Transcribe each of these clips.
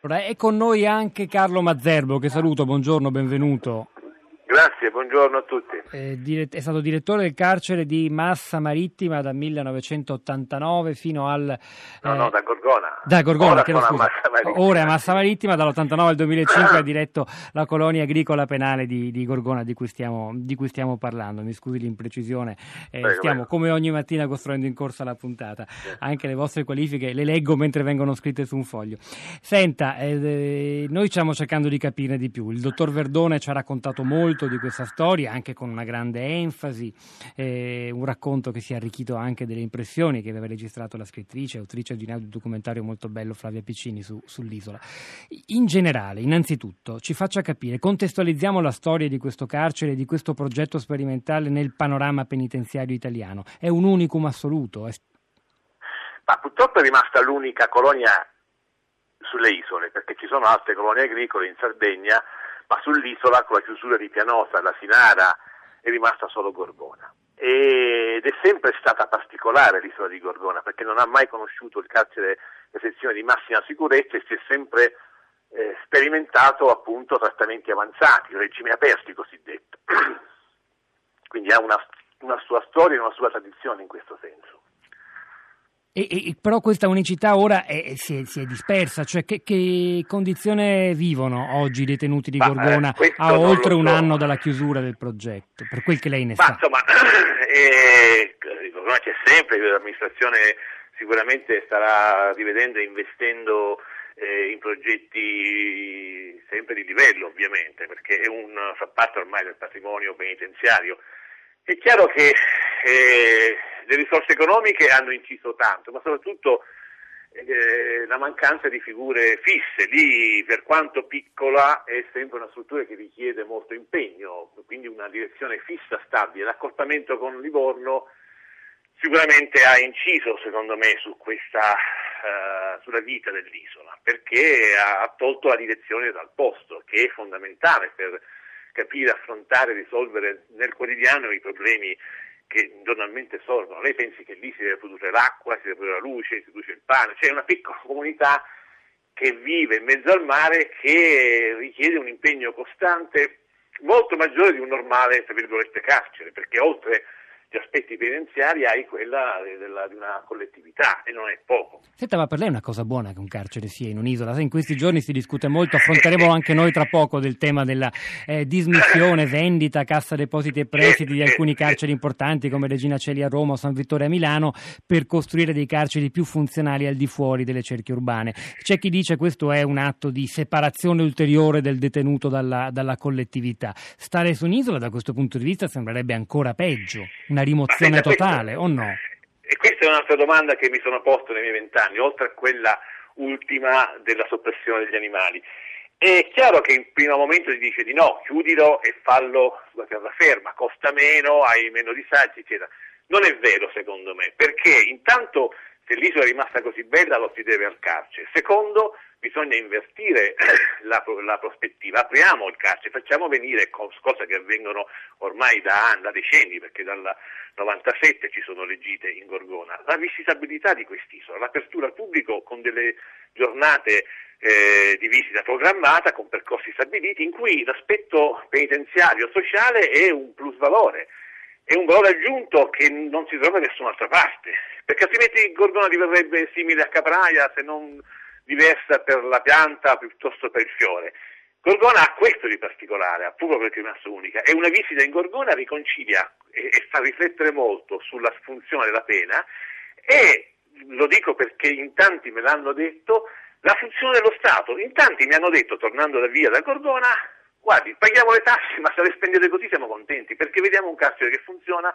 Allora, è con noi anche Carlo Mazzerbo, che saluto, buongiorno, benvenuto. Grazie, buongiorno a tutti. È stato direttore del carcere di Massa Marittima dal 1989 fino al... No, da Gorgona. Da Gorgona, Ora a Massa Marittima, dall'89 al 2005 ha diretto la colonia agricola penale di Gorgona, di cui stiamo parlando. Mi scusi l'imprecisione, stiamo come ogni mattina costruendo in corsa la puntata. Anche le vostre qualifiche le leggo mentre vengono scritte su un foglio. Senta, noi stiamo cercando di capirne di più. Il dottor Verdone ci ha raccontato molto di questa storia, anche con una grande enfasi, un racconto che si è arricchito anche delle impressioni che aveva registrato la scrittrice, autrice di un audiodocumentario molto bello, Flavia Piccini, sull'isola. In generale, innanzitutto, ci faccia capire, contestualizziamo la storia di questo carcere, di questo progetto sperimentale nel panorama penitenziario italiano. È un unicum assoluto? Ma purtroppo è rimasta l'unica colonia sulle isole, perché ci sono altre colonie agricole in Sardegna, ma sull'isola, con la chiusura di Pianosa, L'Asinara, è rimasta solo Gorgona. Ed è sempre stata particolare l'isola di Gorgona, perché non ha mai conosciuto il carcere, le sezioni di massima sicurezza, e si è sempre sperimentato appunto trattamenti avanzati, regimi aperti cosiddetto. Quindi ha una sua storia e una sua tradizione in questo senso. Però questa unicità ora si è dispersa, cioè che condizione vivono oggi i detenuti di Gorgona a oltre un anno dalla chiusura del progetto, per quel che lei ne sa? Insomma, Gorgona c'è sempre, l'amministrazione sicuramente starà rivedendo e investendo in progetti sempre di livello, ovviamente, perché fa parte ormai del patrimonio penitenziario. È chiaro che le risorse economiche hanno inciso tanto, ma soprattutto la mancanza di figure fisse. Lì, per quanto piccola, è sempre una struttura che richiede molto impegno, quindi una direzione fissa, stabile. L'accorpamento con Livorno sicuramente ha inciso, secondo me, sulla vita dell'isola, perché ha tolto la direzione dal posto, che è fondamentale per capire, affrontare, risolvere nel quotidiano i problemi che giornalmente sorgono. Lei pensi che lì si deve produrre l'acqua, si deve produrre la luce, si produce il pane, c'è una piccola comunità che vive in mezzo al mare, che richiede un impegno costante molto maggiore di un normale, tra virgolette, carcere, perché oltre gli aspetti penitenziari hai quella di una collettività, e non è poco. Senta, ma per lei è una cosa buona che un carcere sia in un'isola? In questi giorni si discute molto, affronteremo anche noi tra poco del tema della dismissione, vendita, Cassa Depositi e Prestiti di alcuni carceri importanti come Regina Coeli a Roma o San Vittore a Milano, per costruire dei carceri più funzionali al di fuori delle cerchie urbane. C'è chi dice questo è un atto di separazione ulteriore del detenuto dalla collettività. Stare su un'isola da questo punto di vista sembrerebbe ancora peggio. Una rimozione totale, o no? E questa è un'altra domanda che mi sono posto nei miei 20 anni, oltre a quella ultima della soppressione degli animali. È chiaro che in primo momento si dice di no, chiudilo e fallo sulla terraferma, costa meno, hai meno disagi, eccetera. Non è vero, secondo me, perché intanto, se l'isola è rimasta così bella, lo si deve al carcere. Secondo, bisogna invertire la prospettiva, apriamo il carcere, facciamo venire cose che avvengono ormai da decenni, perché dal 97 ci sono le gite in Gorgona, la visitabilità di quest'isola, l'apertura al pubblico con delle giornate di visita programmata, con percorsi stabiliti, in cui l'aspetto penitenziario sociale è un plusvalore. È un valore aggiunto che non si trova da nessun'altra parte, perché altrimenti Gorgona diverrebbe simile a Capraia, se non diversa per la pianta piuttosto per il fiore. Gorgona ha questo di particolare, appunto perché è rimasta unica, e una visita in Gorgona riconcilia e fa riflettere molto sulla funzione della pena, e lo dico perché in tanti me l'hanno detto, la funzione dello Stato. In tanti mi hanno detto, tornando da Gorgona, guardi, paghiamo le tasse, ma se le spendete così siamo contenti, perché vediamo un carcere che funziona,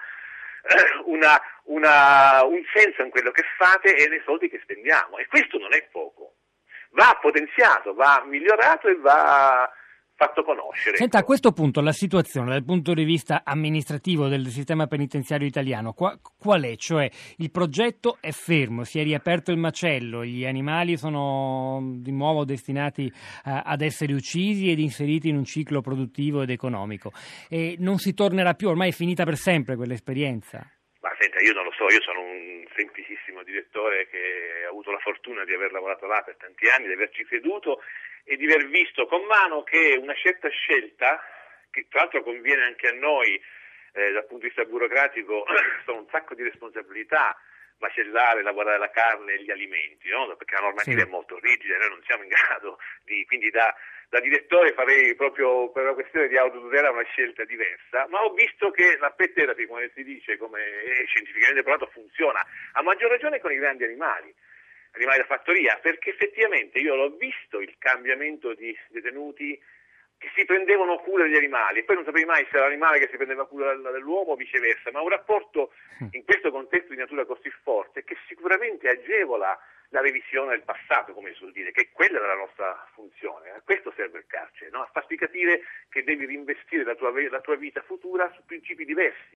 un senso in quello che fate e nei soldi che spendiamo, e questo non è poco. Va potenziato, va migliorato e va fatto conoscere. Senta, a questo punto la situazione dal punto di vista amministrativo del sistema penitenziario italiano qual è? Cioè, il progetto è fermo, si è riaperto il macello, gli animali sono di nuovo destinati ad essere uccisi ed inseriti in un ciclo produttivo ed economico, e non si tornerà più, ormai è finita per sempre quell'esperienza. Ma senta, io non lo so, io sono un semplicissimo direttore che ha avuto la fortuna di aver lavorato là per tanti anni, di averci creduto e di aver visto con mano che una certa scelta, che tra l'altro conviene anche a noi dal punto di vista burocratico, sono un sacco di responsabilità, macellare, lavorare la carne e gli alimenti, no? Perché la normativa è molto rigida, noi non siamo in grado di, quindi da direttore farei proprio per una questione di autotutela una scelta diversa, ma ho visto che la pet therapy, come si dice, come è scientificamente provato, funziona, a maggior ragione con i grandi animali da fattoria, perché effettivamente io l'ho visto il cambiamento di detenuti che si prendevano cura degli animali, e poi non sapevi mai se era l'animale che si prendeva cura dell'uomo o viceversa, ma un rapporto in questo contesto di natura così forte che sicuramente agevola la revisione del passato, come si suol dire, che quella è la nostra funzione. A questo serve il carcere, no? A farti capire che devi reinvestire la tua vita futura su principi diversi.